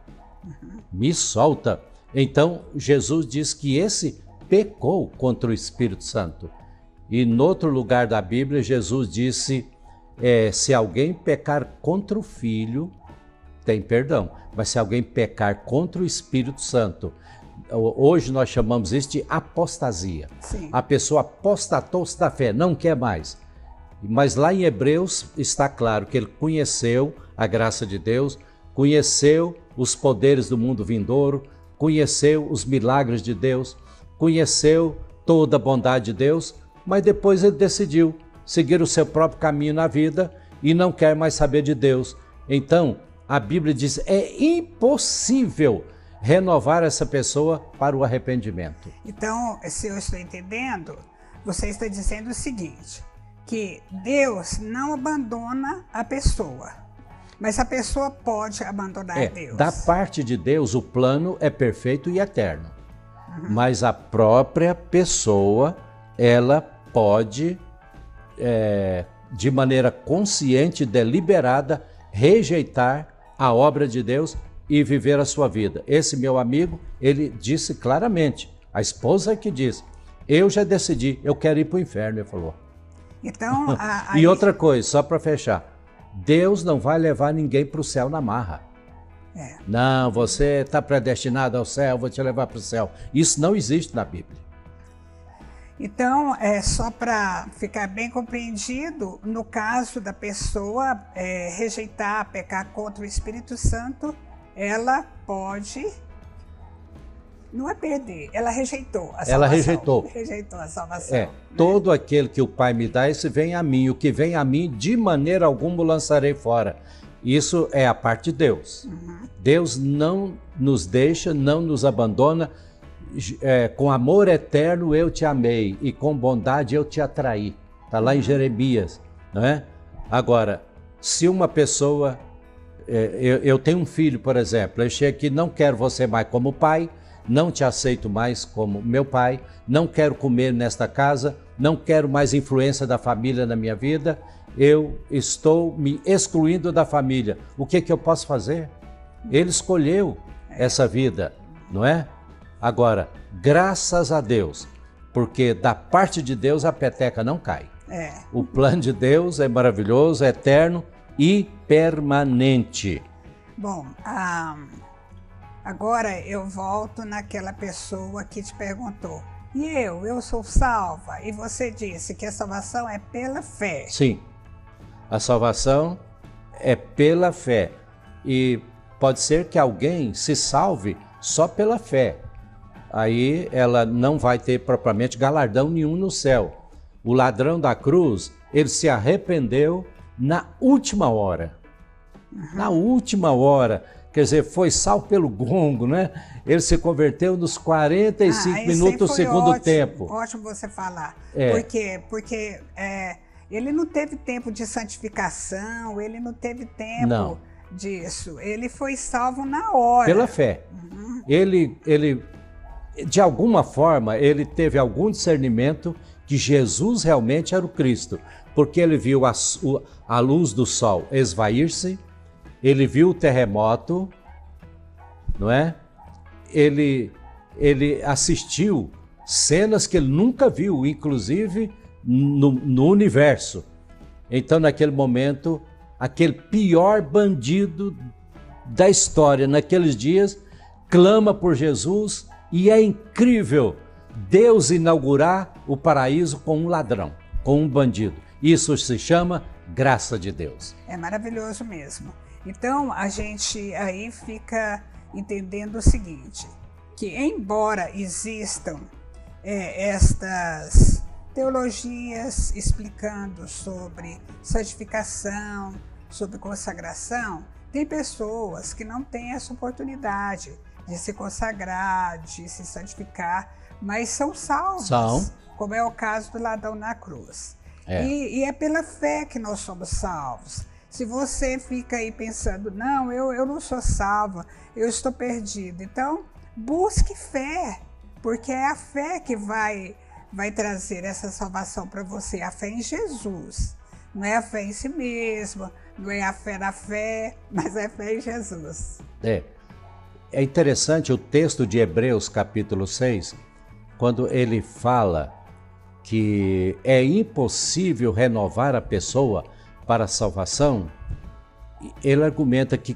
Me solta. Então, Jesus diz que esse pecou contra o Espírito Santo. E no outro lugar da Bíblia, Jesus disse, é, se alguém pecar contra o Filho, tem perdão. Mas se alguém pecar contra o Espírito Santo, hoje nós chamamos isso de apostasia. Sim. A pessoa apostatou-se da fé, não quer mais. Mas lá em Hebreus está claro que ele conheceu a graça de Deus, conheceu os poderes do mundo vindouro, conheceu os milagres de Deus, conheceu toda a bondade de Deus, mas depois ele decidiu seguir o seu próprio caminho na vida e não quer mais saber de Deus. Então, a Bíblia diz, é impossível renovar essa pessoa para o arrependimento. Então, se eu estou entendendo, você está dizendo o seguinte, que Deus não abandona a pessoa. Mas a pessoa pode abandonar É, Deus. da parte de Deus, o plano é perfeito e eterno. Uhum. Mas a própria pessoa, ela pode, é, de maneira consciente e deliberada, rejeitar a obra de Deus e viver a sua vida. Esse meu amigo, ele disse claramente, a esposa que disse, eu já decidi, eu quero ir para o inferno, ele falou. Então, a, a E outra coisa, só para fechar, Deus não vai levar ninguém para o céu na marra. É. Não, você está predestinado ao céu, vou te levar para o céu. Isso não existe na Bíblia. Então, é só para ficar bem compreendido, no caso da pessoa é, rejeitar, pecar contra o Espírito Santo, ela pode, não é perder, ela rejeitou a salvação. Ela rejeitou. Rejeitou a salvação. É, né? todo aquele que o Pai me dá, esse vem a mim. O que vem a mim, de maneira alguma o lançarei fora. Isso é a parte de Deus. Uhum. Deus não nos deixa, não nos abandona. É, com amor eterno eu te amei e com bondade eu te atraí. Está lá em Jeremias, não é? Agora, se uma pessoa... É, eu, eu tenho um filho, por exemplo, eu chego aqui, não quero você mais como pai, não te aceito mais como meu pai, não quero comer nesta casa, não quero mais influência da família na minha vida, eu estou me excluindo da família. O que que eu posso fazer? Ele escolheu essa vida, não é? Agora, graças a Deus, porque da parte de Deus a peteca não cai. É. O plano de Deus é maravilhoso, é eterno e permanente. Bom, ah, agora eu volto naquela pessoa que te perguntou, e eu, eu sou salva? E você disse que a salvação é pela fé. Sim, a salvação é pela fé. E pode ser que alguém se salve só pela fé. Aí ela não vai ter propriamente galardão nenhum no céu. O ladrão da cruz, ele se arrependeu na última hora. Uhum. Na última hora, quer dizer, foi salvo pelo gongo, né? Ele se converteu nos quarenta e cinco ah, minutos do segundo ótimo, tempo. Ótimo você falar. É. Por quê? Porque é, ele não teve tempo de santificação, ele não teve tempo não. disso. Ele foi salvo na hora. Pela fé. Uhum. Ele, ele, de alguma forma, ele teve algum discernimento que Jesus realmente era o Cristo. Porque ele viu a, a luz do sol esvair-se, ele viu o terremoto, não é? Ele, ele assistiu cenas que ele nunca viu, inclusive no, no universo. Então, naquele momento, aquele pior bandido da história, naqueles dias, clama por Jesus e é incrível Deus inaugurar o paraíso com um ladrão, com um bandido. Isso se chama graça de Deus. É maravilhoso mesmo. Então, a gente aí fica entendendo o seguinte, que embora existam é, estas teologias explicando sobre santificação, sobre consagração, tem pessoas que não têm essa oportunidade de se consagrar, de se santificar, mas são salvos, são. Como é o caso do ladrão na cruz. É. E, e é pela fé que nós somos salvos. Se você fica aí pensando, não, eu, eu não sou salva, eu estou perdido. Então, busque fé, porque é a fé que vai, vai trazer essa salvação para você. A fé em Jesus. Não é a fé em si mesmo, não é a fé na fé, mas é a fé em Jesus. É, é interessante o texto de Hebreus, capítulo seis, quando ele fala que é impossível renovar a pessoa para a salvação. Ele argumenta que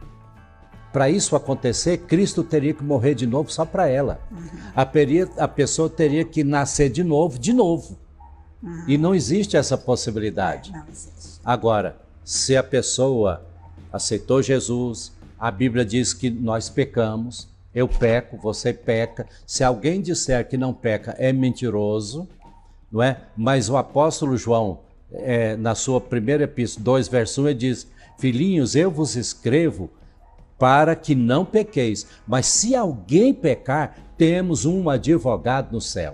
para isso acontecer, Cristo teria que morrer de novo só para ela. Uhum. A, peria, a pessoa teria que nascer de novo, de novo. Uhum. E não existe essa possibilidade. É, não existe. Agora, se a pessoa aceitou Jesus, a Bíblia diz que nós pecamos, eu peco, você peca. Se alguém disser que não peca, é mentiroso, não é? Mas o apóstolo João, é, na sua primeira epístola, dois versos um, ele diz, filhinhos, eu vos escrevo para que não pequeis, mas se alguém pecar, temos um advogado no céu,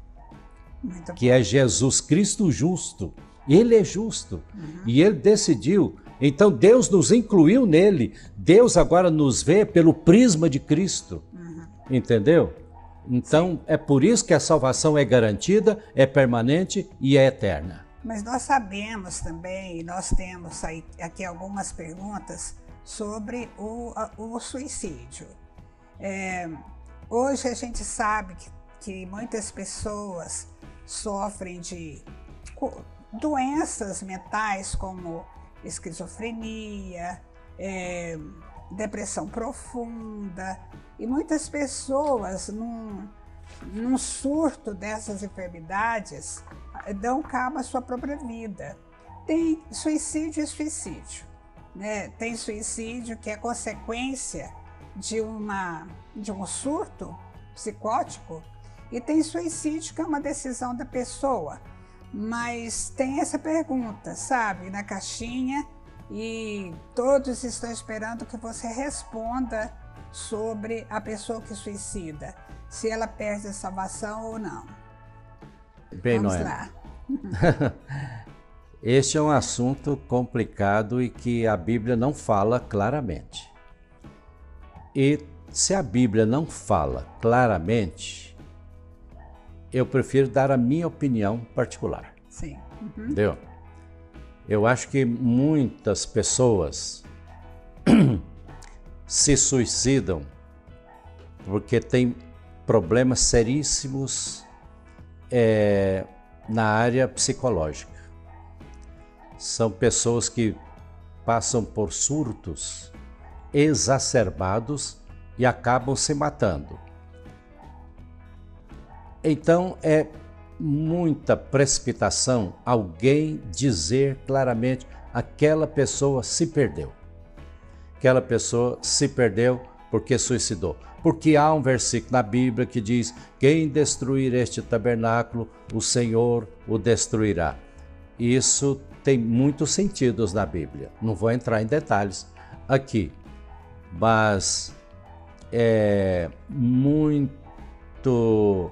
Muito que bom. É Jesus Cristo justo. Ele é justo, uhum. E ele decidiu. Então Deus nos incluiu nele. Deus agora nos vê pelo prisma de Cristo, uhum. Entendeu? Então Sim. É por isso que a salvação é garantida, é permanente e é eterna. Mas nós sabemos também, e nós temos aí, aqui algumas perguntas sobre o, o suicídio. É, hoje a gente sabe que, que muitas pessoas sofrem de doenças mentais como esquizofrenia, é, depressão profunda, e muitas pessoas num, num surto dessas enfermidades dão cabo à sua própria vida. Tem suicídio e suicídio. Né? Tem suicídio que é consequência de, uma, de um surto psicótico, e tem suicídio que é uma decisão da pessoa. Mas tem essa pergunta, sabe, na caixinha, e todos estão esperando que você responda sobre a pessoa que suicida, se ela perde a salvação ou não. Bem, Vamos Noé. lá. Este é um assunto complicado e que a Bíblia não fala claramente. E se a Bíblia não fala claramente, eu prefiro dar a minha opinião particular. Sim. Uhum. Entendeu? Eu acho que muitas pessoas se suicidam porque tem problemas seríssimos é, na área psicológica. São pessoas que passam por surtos exacerbados e acabam se matando. Então é muita precipitação alguém dizer claramente aquela pessoa se perdeu. Aquela pessoa se perdeu porque suicidou. Porque há um versículo na Bíblia que diz: quem destruir este tabernáculo, o Senhor o destruirá. Isso tem muitos sentidos na Bíblia. Não vou entrar em detalhes aqui, mas é muito,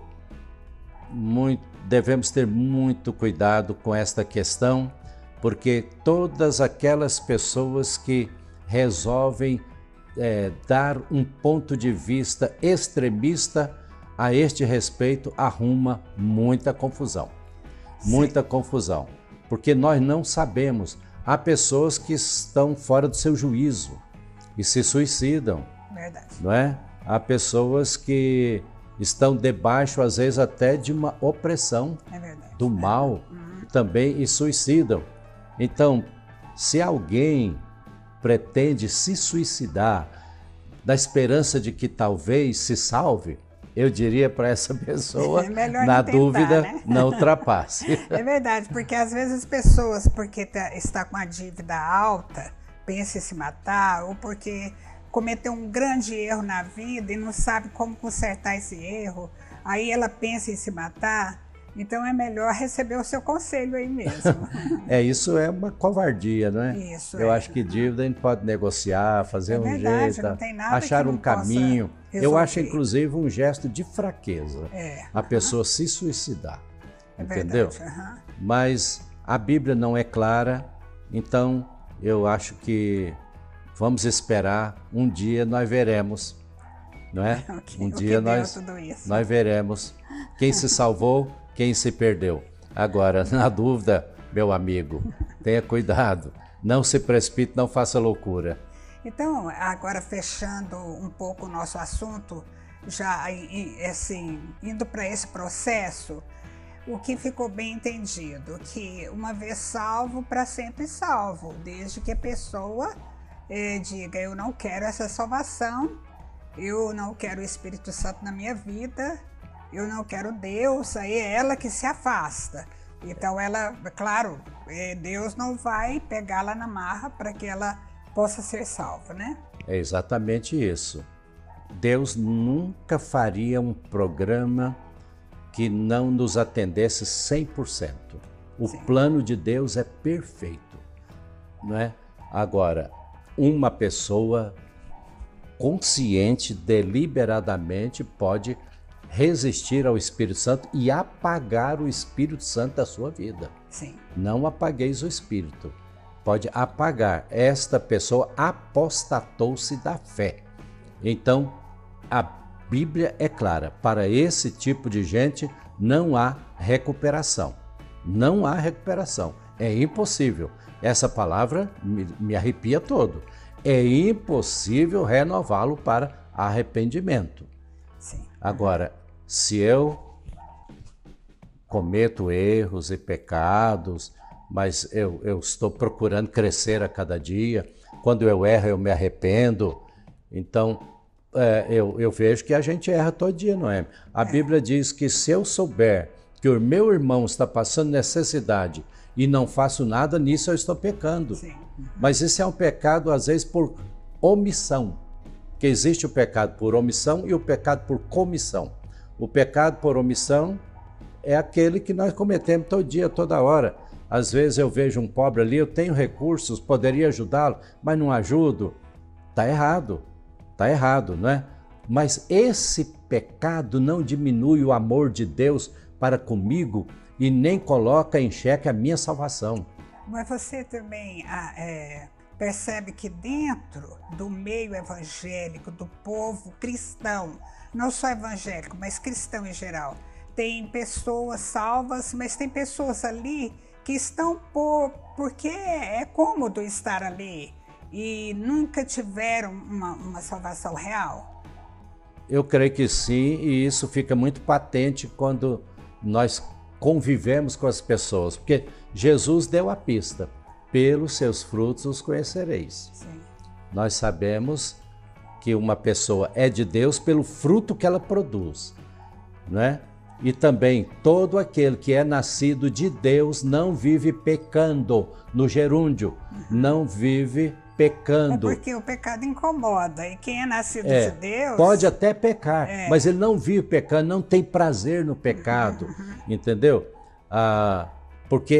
muito, devemos ter muito cuidado com esta questão, porque todas aquelas pessoas que resolvem é, dar um ponto de vista extremista a este respeito arruma muita confusão. Sim. Muita confusão, porque nós não sabemos. Há pessoas que estão fora do seu juízo e se suicidam. Verdade. Não é? Há pessoas que estão debaixo, às vezes, até de uma opressão é verdade, do mal é. Uhum. também e suicidam. Então, se alguém pretende se suicidar na esperança de que talvez se salve, eu diria para essa pessoa, é na tentar, dúvida, né? não ultrapasse. É verdade, porque às vezes as pessoas, porque tá, está com a dívida alta, pensam em se matar, ou porque cometeu um grande erro na vida e não sabe como consertar esse erro, aí ela pensa em se matar. Então é melhor receber o seu conselho aí mesmo. É, isso é uma covardia, não é? Isso, Eu é. acho que dívida a gente pode negociar, fazer é um verdade, jeito, não tem nada achar que um não caminho. possa Eu acho, resolver. inclusive, um gesto de fraqueza É. a pessoa se suicidar, É entendeu? verdade, uhum. Mas a Bíblia não é clara, então eu acho que vamos esperar, um dia nós veremos, não é? Okay. Um O dia que deu nós, tudo isso. nós veremos quem se salvou, quem se perdeu. Agora, na dúvida, meu amigo, tenha cuidado, não se precipite, não faça loucura. Então, agora fechando um pouco o nosso assunto, já assim, indo para esse processo, o que ficou bem entendido, que uma vez salvo, para sempre salvo, desde que a pessoa eh, diga, eu não quero essa salvação, eu não quero o Espírito Santo na minha vida, eu não quero Deus, aí é ela que se afasta. Então ela, claro, Deus não vai pegá-la na marra para que ela possa ser salva, né? É exatamente isso. Deus nunca faria um programa que não nos atendesse cem por cento. O Sim. plano de Deus é perfeito, não é? Agora, uma pessoa consciente, deliberadamente, pode resistir ao Espírito Santo e apagar o Espírito Santo da sua vida. Sim. Não apagueis o Espírito. Pode apagar. Esta pessoa apostatou-se da fé. Então, a Bíblia é clara. Para esse tipo de gente, não há recuperação. Não há recuperação. É impossível. Essa palavra me, me arrepia todo. É impossível renová-lo para arrependimento. Sim. Agora, se eu cometo erros e pecados, mas eu, eu estou procurando crescer a cada dia, quando eu erro eu me arrependo, então é, eu, eu vejo que a gente erra todo dia, não é? A é. Bíblia diz que se eu souber que o meu irmão está passando necessidade e não faço nada, nisso eu estou pecando. Sim. Mas isso é um pecado às vezes por omissão. Que existe o pecado por omissão e o pecado por comissão. O pecado por omissão é aquele que nós cometemos todo dia, toda hora. Às vezes eu vejo um pobre ali, eu tenho recursos, poderia ajudá-lo, mas não ajudo. Está errado, está errado, não é? Mas esse pecado não diminui o amor de Deus para comigo e nem coloca em xeque a minha salvação. Mas você também... Ah, é... percebe que dentro do meio evangélico, do povo cristão, não só evangélico, mas cristão em geral, tem pessoas salvas, mas tem pessoas ali que estão por, porque é cômodo estar ali e nunca tiveram uma, uma salvação real? Eu creio que sim, e isso fica muito patente quando nós convivemos com as pessoas, porque Jesus deu a pista. Pelos seus frutos os conhecereis. Sim. Nós sabemos que uma pessoa é de Deus pelo fruto que ela produz, né? E também todo aquele que é nascido de Deus não vive pecando, no gerúndio, uhum. não vive pecando. É porque o pecado incomoda, e quem é nascido é, de Deus... Pode até pecar, é. mas ele não vive pecando, não tem prazer no pecado, uhum. entendeu? Ah, porque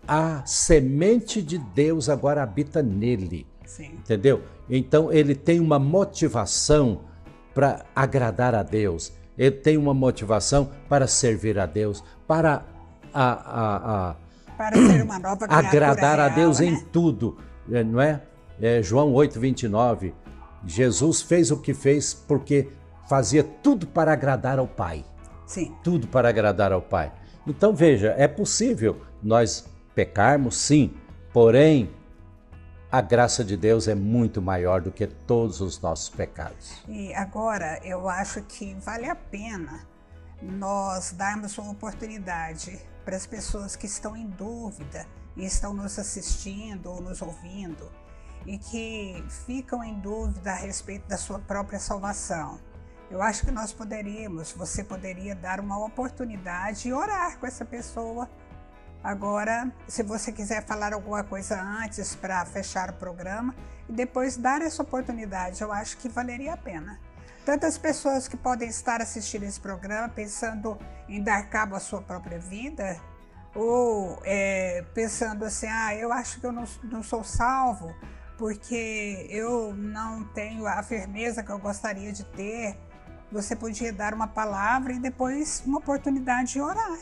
a semente de Deus agora habita nele. Sim. Entendeu? Então ele tem uma motivação para agradar a Deus, ele tem uma motivação para servir a Deus, para a, a, a, para ser uma nova agradar real, a Deus, né? Em tudo, não é? É João oito, vinte e nove, Jesus fez o que fez porque fazia tudo para agradar ao Pai. Sim. Tudo para agradar ao Pai. Então veja, é possível nós pecarmos, sim, porém a graça de Deus é muito maior do que todos os nossos pecados. E agora eu acho que vale a pena nós darmos uma oportunidade para as pessoas que estão em dúvida e estão nos assistindo ou nos ouvindo e que ficam em dúvida a respeito da sua própria salvação. Eu acho que nós poderíamos, você poderia dar uma oportunidade e orar com essa pessoa. Agora, se você quiser falar alguma coisa antes para fechar o programa e depois dar essa oportunidade, eu acho que valeria a pena. Tantas pessoas que podem estar assistindo esse programa pensando em dar cabo à sua própria vida, ou é, pensando assim, ah, eu acho que eu não, não sou salvo porque eu não tenho a firmeza que eu gostaria de ter. Você podia dar uma palavra e depois uma oportunidade de orar.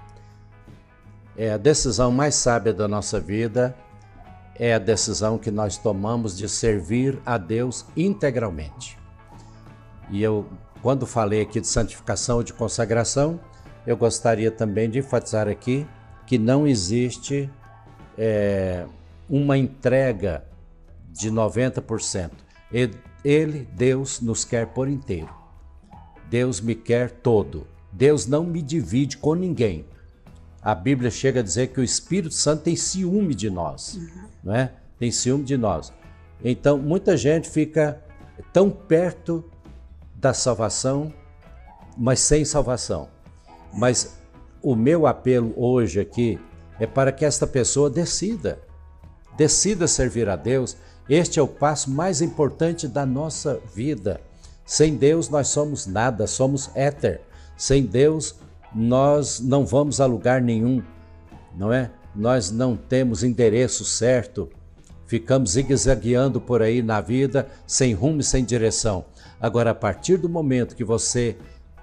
É a decisão mais sábia da nossa vida, é a decisão que nós tomamos de servir a Deus integralmente. E eu, quando falei aqui de santificação e de consagração, eu gostaria também de enfatizar aqui que não existe é, uma entrega de noventa por cento. Ele, ele, Deus, nos quer por inteiro. Deus me quer todo. Deus não me divide com ninguém. A Bíblia chega a dizer que o Espírito Santo tem ciúme de nós, uhum. não é? Tem ciúme de nós. Então, muita gente fica tão perto da salvação, mas sem salvação. Mas o meu apelo hoje aqui é para que esta pessoa decida, decida servir a Deus. Este é o passo mais importante da nossa vida. Sem Deus nós somos nada, somos éter. Sem Deus nós não vamos a lugar nenhum, não é? Nós não temos endereço certo, ficamos zigue-zagueando por aí na vida, sem rumo e sem direção. Agora, a partir do momento que você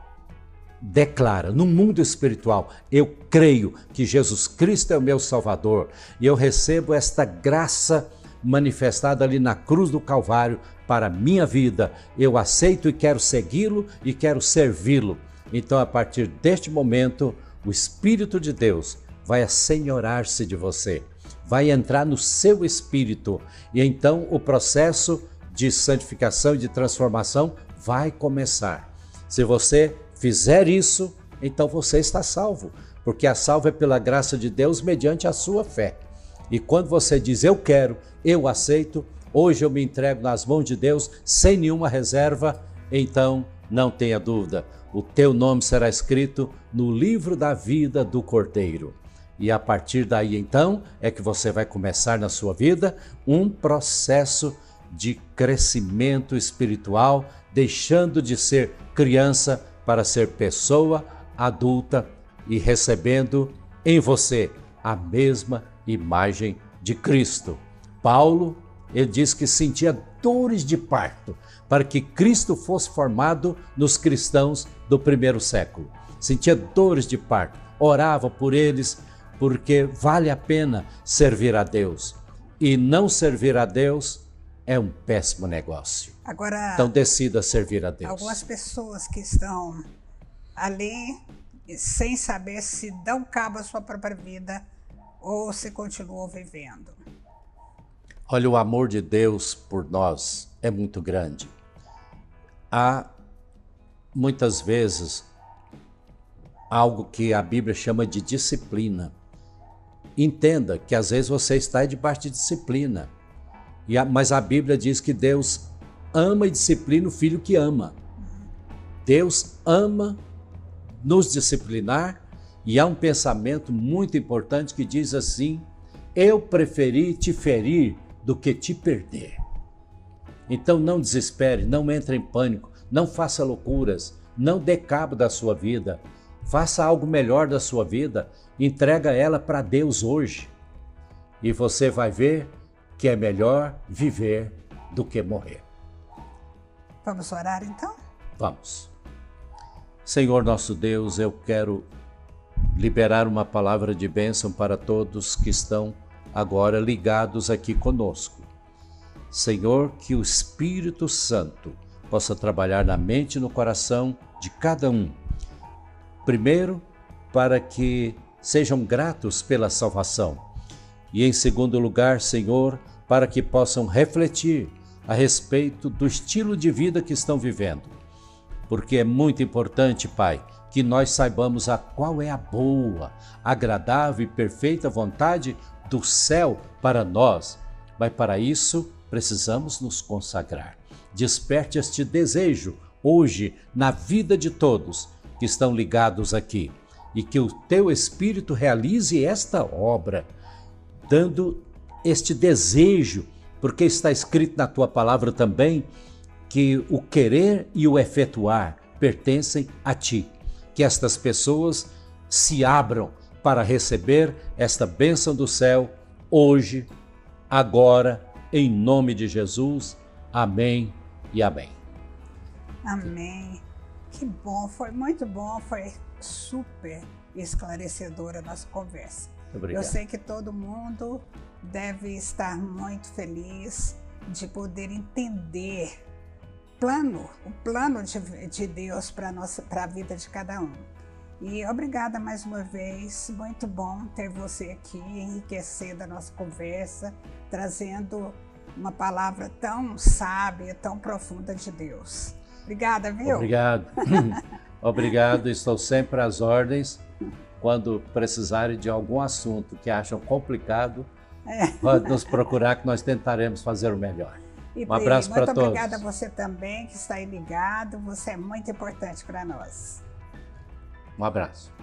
declara no mundo espiritual, eu creio que Jesus Cristo é o meu Salvador e eu recebo esta graça manifestada ali na cruz do Calvário para a minha vida, eu aceito e quero segui-lo e quero servi-lo. Então, a partir deste momento, o Espírito de Deus vai assenhorar-se de você, vai entrar no seu espírito e então o processo de santificação e de transformação vai começar. Se você fizer isso, então você está salvo, porque a salvo é pela graça de Deus mediante a sua fé. E quando você diz, eu quero, eu aceito, hoje eu me entrego nas mãos de Deus sem nenhuma reserva, então não tenha dúvida, o teu nome será escrito no livro da vida do Cordeiro. E a partir daí, então, é que você vai começar na sua vida um processo de crescimento espiritual, deixando de ser criança para ser pessoa adulta e recebendo em você a mesma imagem de Cristo. Paulo, ele diz que sentia dores de parto para que Cristo fosse formado nos cristãos do primeiro século. Sentia dores de parto, orava por eles, porque vale a pena servir a Deus. E não servir a Deus é um péssimo negócio. Agora, então decida servir a Deus. Algumas pessoas que estão ali sem saber se dão cabo à sua própria vida ou se continuam vivendo. Olha, o amor de Deus por nós é muito grande. Há, muitas vezes, algo que a Bíblia chama de disciplina. Entenda que às vezes você está debaixo de disciplina, e a, mas a Bíblia diz que Deus ama e disciplina o filho que ama. Deus ama nos disciplinar, e há um pensamento muito importante que diz assim, eu preferi te ferir do que te perder. Então não desespere, não entre em pânico, não faça loucuras, não dê cabo da sua vida, faça algo melhor da sua vida, entrega ela para Deus hoje, e você vai ver que é melhor viver do que morrer. Vamos orar então? Vamos. Senhor nosso Deus, eu quero liberar uma palavra de bênção para todos que estão agora ligados aqui conosco. Senhor, que o Espírito Santo possa trabalhar na mente e no coração de cada um. Primeiro, para que sejam gratos pela salvação. E em segundo lugar, Senhor, para que possam refletir a respeito do estilo de vida que estão vivendo. Porque é muito importante, Pai, que nós saibamos a qual é a boa, agradável e perfeita vontade do céu para nós. Mas para isso, precisamos nos consagrar. Desperte este desejo hoje na vida de todos que estão ligados aqui. E que o teu Espírito realize esta obra, dando este desejo, porque está escrito na tua palavra também que o querer e o efetuar pertencem a ti. Que estas pessoas se abram para receber esta bênção do céu hoje, agora, em nome de Jesus. Amém e amém. Amém. Que bom, foi muito bom, foi super esclarecedora a nossa conversa. Obrigado. Eu sei que todo mundo deve estar muito feliz de poder entender plano, o plano de, de Deus para a vida de cada um. E obrigada mais uma vez, muito bom ter você aqui, enriquecendo a nossa conversa, trazendo uma palavra tão sábia, tão profunda de Deus. Obrigada, viu? Obrigado. Obrigado, estou sempre às ordens. Quando precisarem de algum assunto que acham complicado, é. Pode nos procurar que nós tentaremos fazer o melhor. E, um abraço para todos. Muito obrigada a você também que está aí ligado, você é muito importante para nós. Um abraço.